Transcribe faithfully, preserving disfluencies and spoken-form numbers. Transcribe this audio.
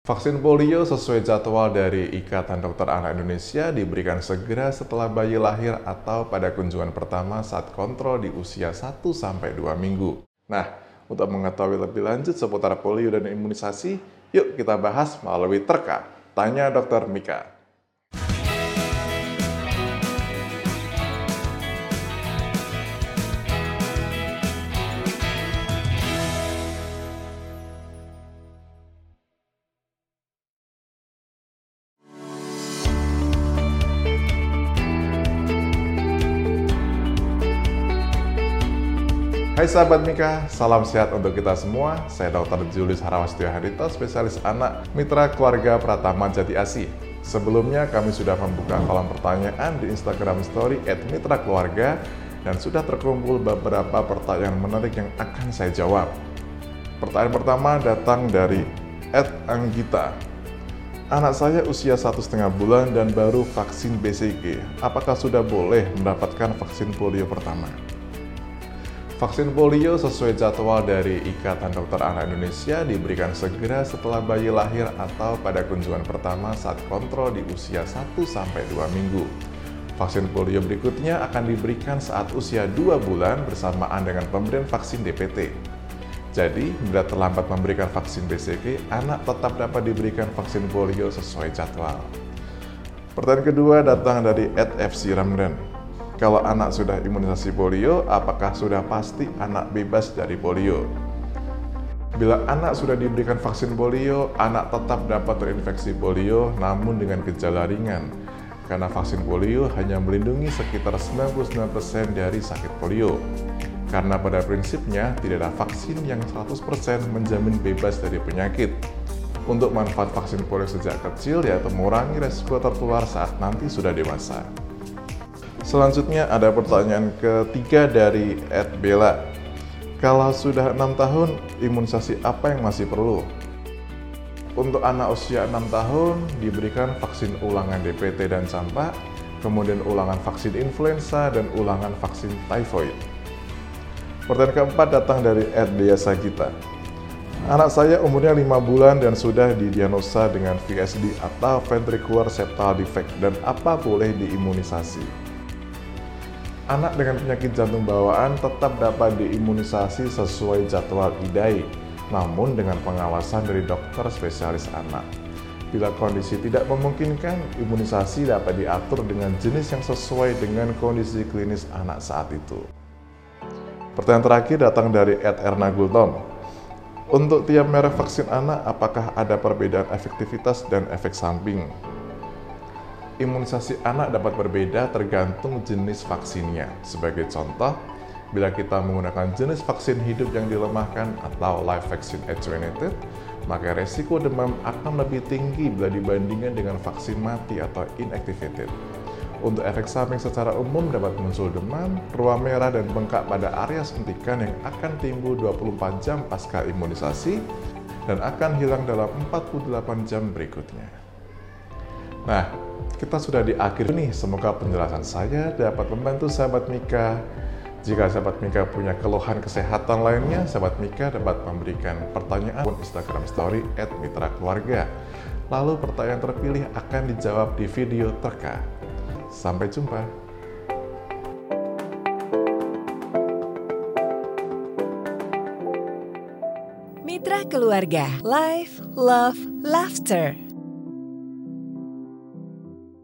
Vaksin polio sesuai jadwal dari Ikatan Dokter Anak Indonesia diberikan segera setelah bayi lahir atau pada kunjungan pertama saat kontrol di usia satu sampai dua minggu. Nah, untuk mengetahui lebih lanjut seputar polio dan imunisasi, yuk kita bahas melalui Terka, Tanya Dokter Mika. Hai sahabat Mika, salam sehat untuk kita semua. Saya dokter Julius Harawastio Hadito, spesialis anak, mitra keluarga Pratama Jati Asih. Sebelumnya kami sudah membuka kolom pertanyaan di Instagram Story et mitra keluarga dan sudah terkumpul beberapa pertanyaan menarik yang akan saya jawab. Pertanyaan pertama datang dari et Anggita. Anak saya usia satu setengah bulan dan baru vaksin B C G. Apakah sudah boleh mendapatkan vaksin polio pertama? Vaksin polio sesuai jadwal dari Ikatan Dokter Anak Indonesia diberikan segera setelah bayi lahir atau pada kunjungan pertama saat kontrol di usia satu sampai dua minggu. Vaksin polio berikutnya akan diberikan saat usia dua bulan bersamaan dengan pemberian vaksin D P T. Jadi, bila terlambat memberikan vaksin B C G, anak tetap dapat diberikan vaksin polio sesuai jadwal. Pertanyaan kedua datang dari et F C Ramdan. Kalau anak sudah imunisasi polio, apakah sudah pasti anak bebas dari polio? Bila anak sudah diberikan vaksin polio, anak tetap dapat terinfeksi polio namun dengan gejala ringan. Karena vaksin polio hanya melindungi sekitar sembilan puluh sembilan persen dari sakit polio. Karena pada prinsipnya tidak ada vaksin yang seratus persen menjamin bebas dari penyakit. Untuk manfaat vaksin polio sejak kecil yaitu mengurangi resiko tertular saat nanti sudah dewasa. Selanjutnya ada pertanyaan ketiga dari et Bella. Kalau sudah enam tahun, imunisasi apa yang masih perlu? Untuk anak usia enam tahun, diberikan vaksin ulangan D P T dan campak, kemudian ulangan vaksin influenza, dan ulangan vaksin typhoid. Pertanyaan keempat datang dari et Dea Sagita. Anak saya umurnya lima bulan dan sudah didiagnosa dengan V S D atau ventricular septal defect, dan apa boleh diimunisasi? Anak dengan penyakit jantung bawaan tetap dapat diimunisasi sesuai jadwal I D A I, namun dengan pengawasan dari dokter spesialis anak. Bila kondisi tidak memungkinkan, imunisasi dapat diatur dengan jenis yang sesuai dengan kondisi klinis anak saat itu. Pertanyaan terakhir datang dari et Erna Gultom. Untuk tiap merek vaksin anak, apakah ada perbedaan efektivitas dan efek samping? Imunisasi anak dapat berbeda tergantung jenis vaksinnya. Sebagai contoh, bila kita menggunakan jenis vaksin hidup yang dilemahkan atau live vaccine attenuated, maka resiko demam akan lebih tinggi bila dibandingkan dengan vaksin mati atau inactivated. Untuk efek samping secara umum dapat muncul demam, ruam merah, dan bengkak pada area suntikan yang akan timbul dua puluh empat jam pasca imunisasi dan akan hilang dalam empat puluh delapan jam berikutnya. Nah, kita sudah di akhir nih. Semoga penjelasan saya dapat membantu sahabat Mika. Jika sahabat Mika punya keluhan kesehatan lainnya, sahabat Mika dapat memberikan pertanyaan di Instagram Story et mitra keluarga. Lalu pertanyaan terpilih akan dijawab di video Terka. Sampai jumpa. Mitra Keluarga, Life, Love, Laughter.